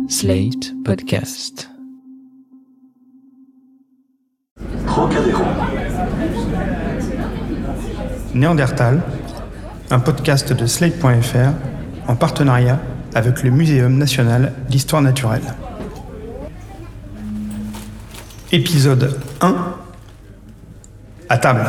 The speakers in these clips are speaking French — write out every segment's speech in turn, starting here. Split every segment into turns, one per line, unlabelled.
Slate Podcast.
Trocadéro.
Néandertal, un podcast de Slate.fr en partenariat avec le Muséum national d'histoire naturelle. Épisode 1. À table.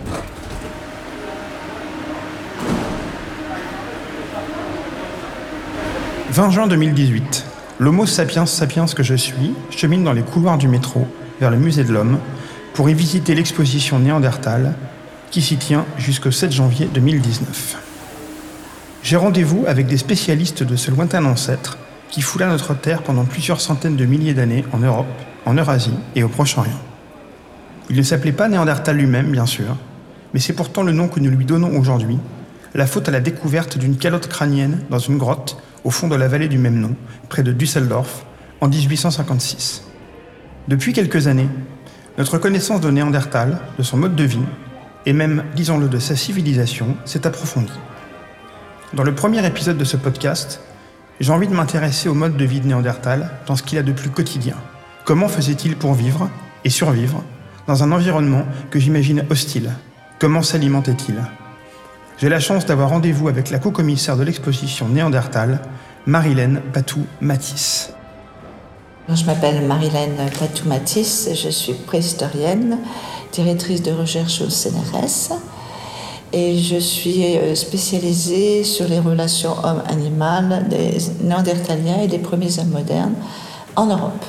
« 20 juin 2018. L'homo sapiens sapiens que je suis chemine dans les couloirs du métro vers le musée de l'homme pour y visiter l'exposition Néandertal qui s'y tient jusqu'au 7 janvier 2019. J'ai rendez-vous avec des spécialistes de ce lointain ancêtre qui foula notre Terre pendant plusieurs centaines de milliers d'années en Europe, en Eurasie et au Proche-Orient. Il ne s'appelait pas Néandertal lui-même, bien sûr, mais c'est pourtant le nom que nous lui donnons aujourd'hui, la faute à la découverte d'une calotte crânienne dans une grotte au fond de la vallée du même nom, près de Düsseldorf, en 1856. Depuis quelques années, notre connaissance de Néandertal, de son mode de vie, et même, disons-le, de sa civilisation, s'est approfondie. Dans le premier épisode de ce podcast, j'ai envie de m'intéresser au mode de vie de Néandertal dans ce qu'il a de plus quotidien. Comment faisait-il pour vivre et survivre dans un environnement que j'imagine hostile? Comment s'alimentait-il? J'ai la chance d'avoir rendez-vous avec la co-commissaire de l'exposition Néandertal, Marilène Patou-Matisse.
Je m'appelle Marilène Patou-Matisse, je suis préhistorienne, directrice de recherche au CNRS et je suis spécialisée sur les relations homme-animal des Néandertaliens et des premiers hommes modernes en Europe.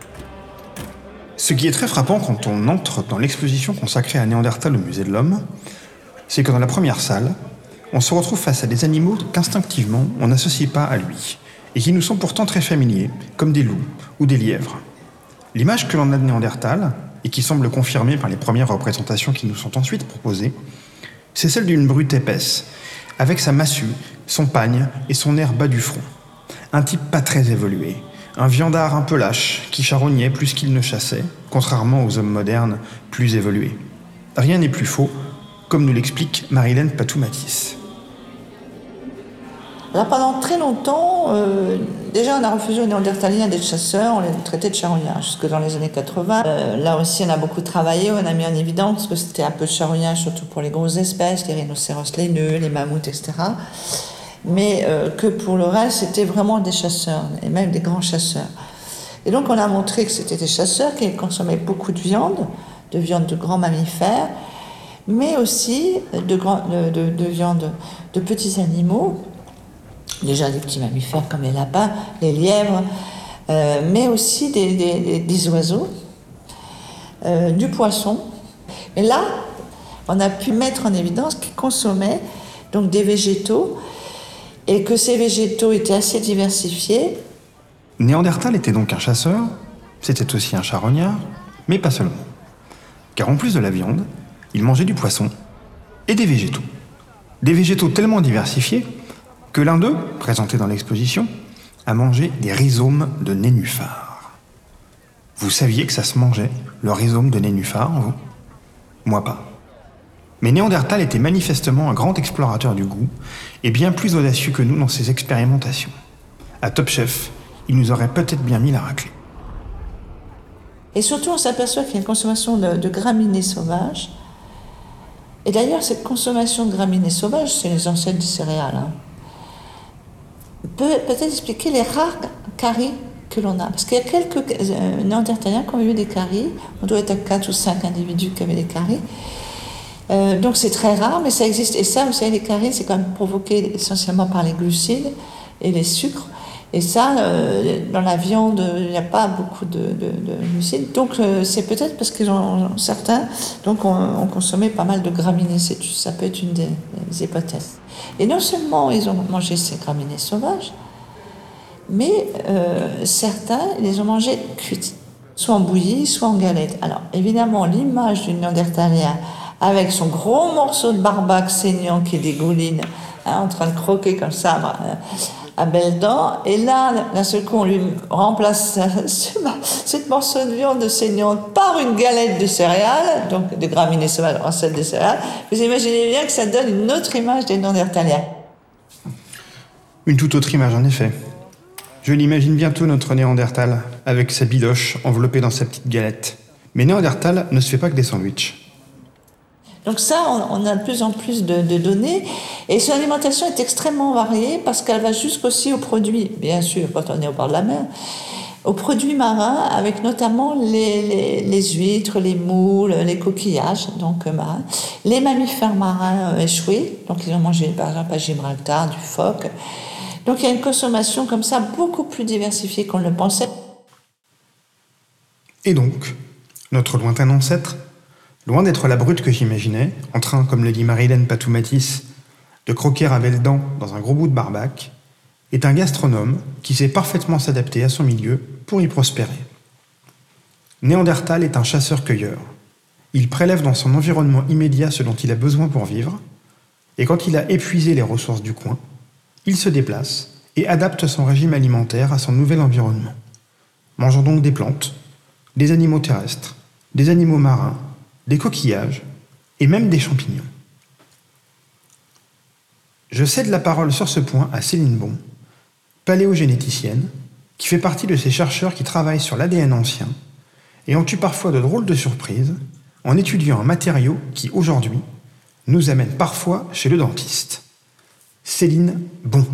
Ce qui est très frappant quand on entre dans l'exposition consacrée à Néandertal au Musée de l'Homme, c'est que dans la première salle, on se retrouve face à des animaux qu'instinctivement on n'associe pas à lui, et qui nous sont pourtant très familiers, comme des loups ou des lièvres. L'image que l'on a de Néandertal, et qui semble confirmée par les premières représentations qui nous sont ensuite proposées, c'est celle d'une brute épaisse, avec sa massue, son pagne et son air bas du front. Un type pas très évolué, un viandard un peu lâche, qui charognait plus qu'il ne chassait, contrairement aux hommes modernes plus évolués. Rien n'est plus faux, comme nous l'explique Marilène Patou-Matisse.
Alors pendant très longtemps, déjà on a refusé aux Néandertaliens d'être chasseurs, on les traitait de charognards, jusque dans les années 80. Là aussi on a beaucoup travaillé, on a mis en évidence que c'était un peu charognard, surtout pour les grosses espèces, les rhinocéros laineux, les mammouths, etc. Mais que pour le reste, c'était vraiment des chasseurs, et même des grands chasseurs. Et donc on a montré que c'était des chasseurs qui consommaient beaucoup de viande de grands mammifères, mais aussi de viande de petits animaux, déjà des petits mammifères comme les lapins, les lièvres, mais aussi des oiseaux, du poisson. Et là, on a pu mettre en évidence qu'ils consommaient donc des végétaux et que ces végétaux étaient assez diversifiés.
Néandertal était donc un chasseur, c'était aussi un charognard, mais pas seulement. Car en plus de la viande, il mangeait du poisson et des végétaux. Des végétaux tellement diversifiés que l'un d'eux, présenté dans l'exposition, a mangé des rhizomes de nénuphar. Vous saviez que ça se mangeait, le rhizome de nénuphar, vous? Moi pas. Mais Néandertal était manifestement un grand explorateur du goût et bien plus audacieux que nous dans ses expérimentations. À Top Chef, il nous aurait peut-être bien mis la raclée.
Et surtout, on s'aperçoit qu'il y a une consommation de graminées sauvages. Et d'ailleurs, cette consommation de graminées sauvages, c'est les ancêtres des céréales, peut peut-être expliquer les rares caries que l'on a. Parce qu'il y a quelques Néandertaliens qui ont eu des caries. On doit être à 4 ou 5 individus qui avaient des caries. Donc c'est très rare, mais ça existe. Et ça, vous savez, les caries, c'est quand même provoqué essentiellement par les glucides et les sucres. Et ça, dans la viande, il n'y a pas beaucoup de glucides. Donc c'est peut-être parce que certains ont consommé pas mal de graminées. Ça peut être une des hypothèses. Et non seulement ils ont mangé ces graminées sauvages, mais certains les ont mangées cuites, soit en bouillie, soit en galette. Alors évidemment, l'image du Néandertalien avec son gros morceau de barbac saignant qui dégouline, en train de croquer comme ça, à belles dents, et là, d'un seul coup, on lui remplace cette morceau de viande saignante par une galette de céréales, donc de graminées sauvages en celle des céréales. Vous imaginez bien que ça donne une autre image des Néandertaliens.
Une toute autre image, en effet. Je l'imagine bientôt notre Néandertal, avec sa bidoche enveloppée dans sa petite galette. Mais Néandertal ne se fait pas que des sandwichs.
Donc ça, on a de plus en plus de données. Et son alimentation est extrêmement variée parce qu'elle va jusqu'aussi aux produits, bien sûr, quand on est au bord de la mer, aux produits marins, avec notamment les huîtres, les moules, les coquillages, donc marins, les mammifères marins échoués, donc ils ont mangé par exemple à Gibraltar, du phoque. Donc il y a une consommation comme ça beaucoup plus diversifiée qu'on ne le pensait.
Et donc, notre lointain ancêtre, loin d'être la brute que j'imaginais, en train, comme le dit Marilène Patou-Matisse, de croquer à belles dents dans un gros bout de barbac, est un gastronome qui sait parfaitement s'adapter à son milieu pour y prospérer. Néandertal est un chasseur-cueilleur. Il prélève dans son environnement immédiat ce dont il a besoin pour vivre, et quand il a épuisé les ressources du coin, il se déplace et adapte son régime alimentaire à son nouvel environnement, mangeant donc des plantes, des animaux terrestres, des animaux marins, des coquillages et même des champignons. Je cède la parole sur ce point à Céline Bon, paléogénéticienne, qui fait partie de ces chercheurs qui travaillent sur l'ADN ancien et ont eu parfois de drôles de surprises en étudiant un matériau qui, aujourd'hui, nous amène parfois chez le dentiste. Céline Bon.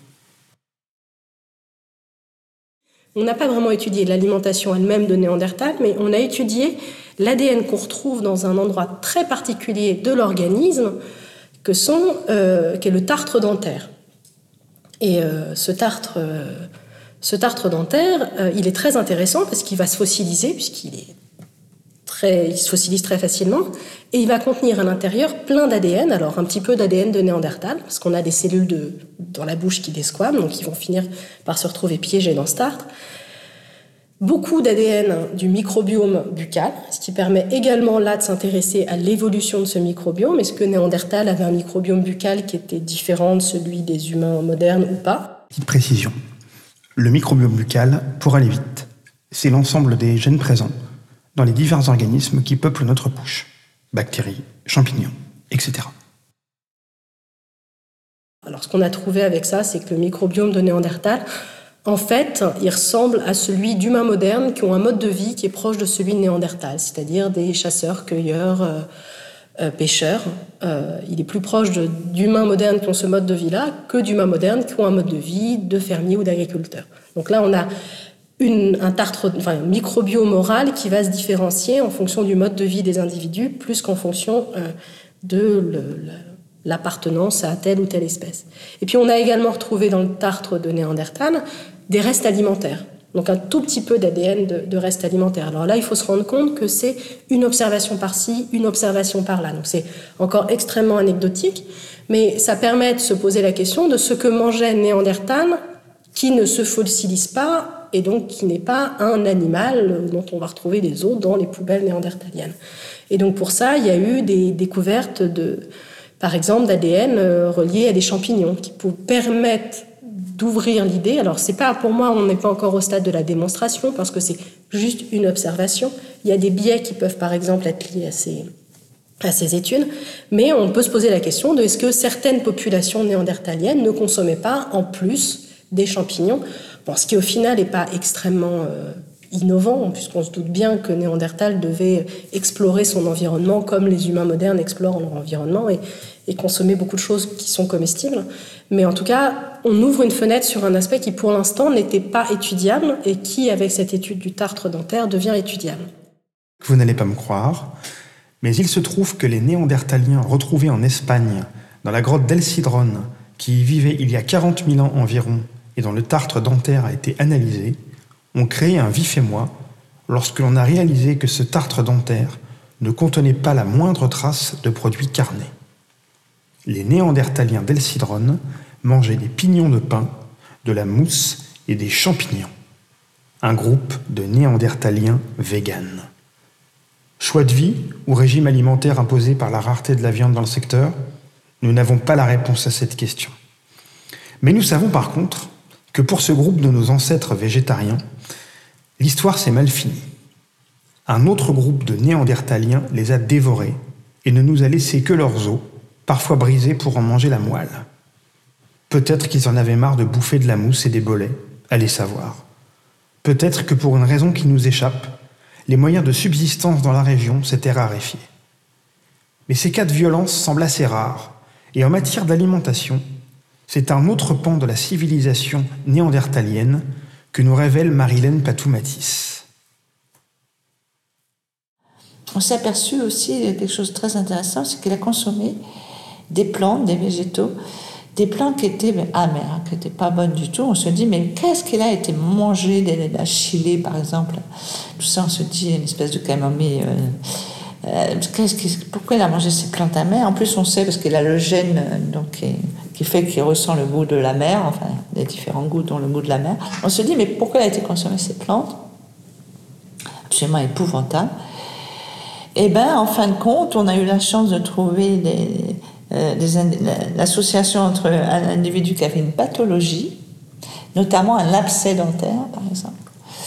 On n'a pas vraiment étudié l'alimentation elle-même de Néandertal, mais on a étudié l'ADN qu'on retrouve dans un endroit très particulier de l'organisme, qu'est le tartre dentaire. Et ce tartre dentaire, il est très intéressant parce qu'il va se fossiliser, il se fossilise très facilement, et il va contenir à l'intérieur plein d'ADN, alors un petit peu d'ADN de Néandertal, parce qu'on a des cellules dans la bouche qui desquament, donc ils vont finir par se retrouver piégés dans ce tartre. Beaucoup d'ADN du microbiome buccal, ce qui permet également là de s'intéresser à l'évolution de ce microbiome. Est-ce que Néandertal avait un microbiome buccal qui était différent de celui des humains modernes ou pas ?
Petite précision. Le microbiome buccal, pour aller vite, c'est l'ensemble des gènes présents dans les divers organismes qui peuplent notre bouche. Bactéries, champignons, etc.
Alors ce qu'on a trouvé avec ça, c'est que le microbiome de Néandertal, en fait, il ressemble à celui d'humains modernes qui ont un mode de vie qui est proche de celui de Néandertal, c'est-à-dire des chasseurs, cueilleurs, pêcheurs. Il est plus proche d'humains modernes qui ont ce mode de vie-là que d'humains modernes qui ont un mode de vie de fermiers ou d'agriculteurs. Donc là, on a un microbiome oral qui va se différencier en fonction du mode de vie des individus, plus qu'en fonction de l'appartenance à telle ou telle espèce. Et puis on a également retrouvé dans le tartre de Néandertal des restes alimentaires, donc un tout petit peu d'ADN de restes alimentaires. Alors là, il faut se rendre compte que c'est une observation par-ci, une observation par-là. Donc c'est encore extrêmement anecdotique, mais ça permet de se poser la question de ce que mangeait Néandertal qui ne se fossilise pas et donc qui n'est pas un animal dont on va retrouver des os dans les poubelles néandertaliennes. Et donc pour ça, il y a eu des découvertes par exemple d'ADN relié à des champignons qui permettent d'ouvrir l'idée. Alors c'est pas, pour moi, on n'est pas encore au stade de la démonstration parce que c'est juste une observation. Il y a des biais qui peuvent par exemple être liés à ces études, mais on peut se poser la question de est-ce que certaines populations néandertaliennes ne consommaient pas en plus des champignons, ce qui au final n'est pas extrêmement innovant, puisqu'on se doute bien que Néandertal devait explorer son environnement comme les humains modernes explorent leur environnement et consommer beaucoup de choses qui sont comestibles. Mais en tout cas, on ouvre une fenêtre sur un aspect qui pour l'instant n'était pas étudiable et qui, avec cette étude du tartre dentaire, devient étudiable.
Vous n'allez pas me croire, mais il se trouve que les Néandertaliens retrouvés en Espagne, dans la grotte d'El Cidrón, qui y vivaient il y a 40 000 ans environ et dont le tartre dentaire a été analysé, ont créé un vif émoi lorsque l'on a réalisé que ce tartre dentaire ne contenait pas la moindre trace de produits carnés. Les Néandertaliens d'El Cidrón mangeaient des pignons de pain, de la mousse et des champignons. Un groupe de Néandertaliens véganes. Choix de vie ou régime alimentaire imposé par la rareté de la viande dans le secteur ? Nous n'avons pas la réponse à cette question. Mais nous savons par contre que pour ce groupe de nos ancêtres végétariens, l'histoire s'est mal finie. Un autre groupe de Néandertaliens les a dévorés et ne nous a laissé que leurs os, parfois brisés pour en manger la moelle. Peut-être qu'ils en avaient marre de bouffer de la mousse et des bolets, Allez savoir. Peut-être que pour une raison qui nous échappe, les moyens de subsistance dans la région s'étaient raréfiés. Mais ces cas de violence semblent assez rares, et en matière d'alimentation, c'est un autre pan de la civilisation néandertalienne que nous révèle Marilène Patou-Mathis.
On s'est aperçu aussi de quelque chose de très intéressant, c'est qu'il a consommé des plantes, des végétaux, des plantes qui étaient amères, qui n'étaient pas bonnes du tout. On se dit, mais qu'est-ce qu'il a été mangé, la chilée par exemple. Tout ça, on se dit, une espèce de camomille. Pourquoi il a mangé ces plantes amères? En plus, on sait, parce qu'il a le gène qui fait qu'il ressent le goût de la mer, enfin, les différents goûts, dont le goût de la mer. On se dit, mais pourquoi il a été consommé ces plantes? Absolument épouvantable. Et bien, en fin de compte, on a eu la chance de trouver l'association entre un individu qui avait une pathologie, notamment un abcès dentaire, par exemple,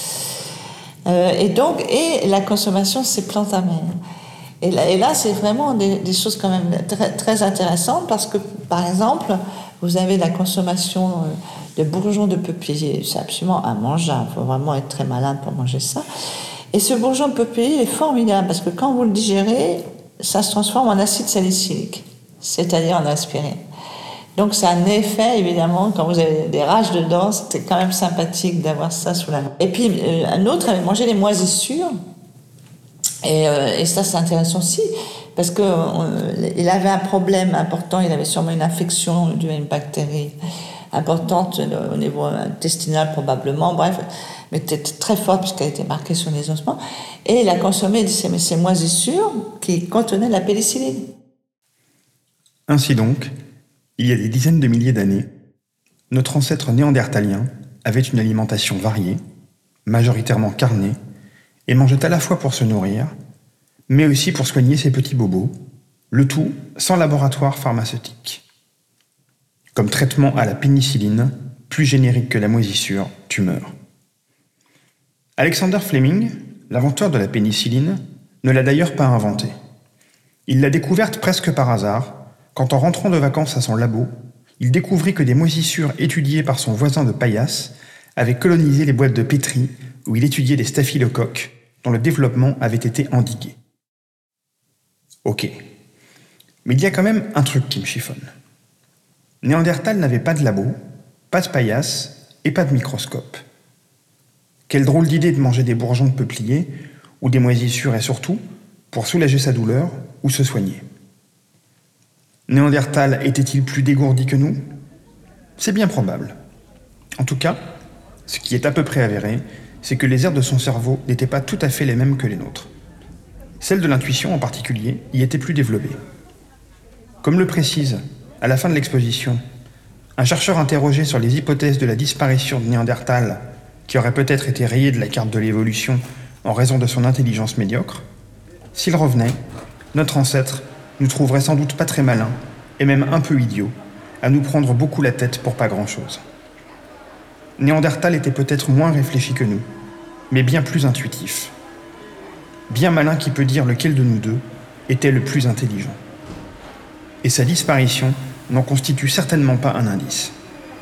et la consommation de ces plantes amères. Et là, c'est vraiment des choses quand même très, très intéressantes, parce que, par exemple, vous avez la consommation de bourgeons de peuplier. C'est absolument immangeable. Il faut vraiment être très malin pour manger ça. Et ce bourgeon de peuplier est formidable, parce que quand vous le digérez, ça se transforme en acide salicylique, c'est-à-dire en aspirine. Donc ça a un effet, évidemment, quand vous avez des rages de dents, c'était quand même sympathique d'avoir ça sous la main. Et puis un autre avait mangé les moisissures, et ça c'est intéressant aussi, parce qu'il avait un problème important, il avait sûrement une infection due à une bactérie importante au niveau intestinal probablement, bref, mais était très forte puisqu'elle était marquée sur les ossements, et il a consommé ces moisissures qui contenaient la pénicilline.
Ainsi donc, il y a des dizaines de milliers d'années, notre ancêtre néandertalien avait une alimentation variée, majoritairement carnée, et mangeait à la fois pour se nourrir, mais aussi pour soigner ses petits bobos, le tout sans laboratoire pharmaceutique. Comme traitement à la pénicilline, plus générique que la moisissure, tu meurs. Alexander Fleming, l'inventeur de la pénicilline, ne l'a d'ailleurs pas inventée. Il l'a découverte presque par hasard, quand en rentrant de vacances à son labo, il découvrit que des moisissures étudiées par son voisin de paillasse avaient colonisé les boîtes de pétri où il étudiait les staphylocoques, dont le développement avait été endigué. Ok. Mais il y a quand même un truc qui me chiffonne. Néandertal n'avait pas de labo, pas de paillasse et pas de microscope. Quelle drôle d'idée de manger des bourgeons de peuplier ou des moisissures, et surtout pour soulager sa douleur ou se soigner. Néandertal était-il plus dégourdi que nous? C'est bien probable. En tout cas, ce qui est à peu près avéré, c'est que les aires de son cerveau n'étaient pas tout à fait les mêmes que les nôtres. Celle de l'intuition en particulier y était plus développée. Comme le précise, à la fin de l'exposition, un chercheur interrogé sur les hypothèses de la disparition de Néandertal, qui aurait peut-être été rayé de la carte de l'évolution en raison de son intelligence médiocre, s'il revenait, notre ancêtre nous trouverait sans doute pas très malin, et même un peu idiot, à nous prendre beaucoup la tête pour pas grand-chose. Néandertal était peut-être moins réfléchi que nous, mais bien plus intuitif. Bien malin qui peut dire lequel de nous deux était le plus intelligent. Et sa disparition n'en constitue certainement pas un indice.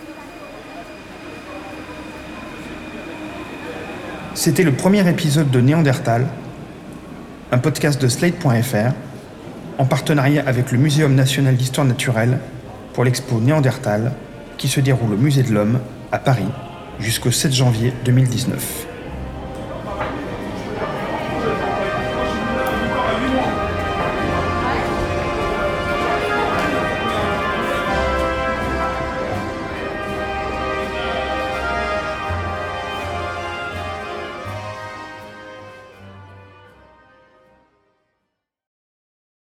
C'était le premier épisode de Néandertal, un podcast de Slate.fr, en partenariat avec le Muséum national d'histoire naturelle pour l'expo Néandertal, qui se déroule au Musée de l'Homme, à Paris, jusqu'au 7 janvier 2019.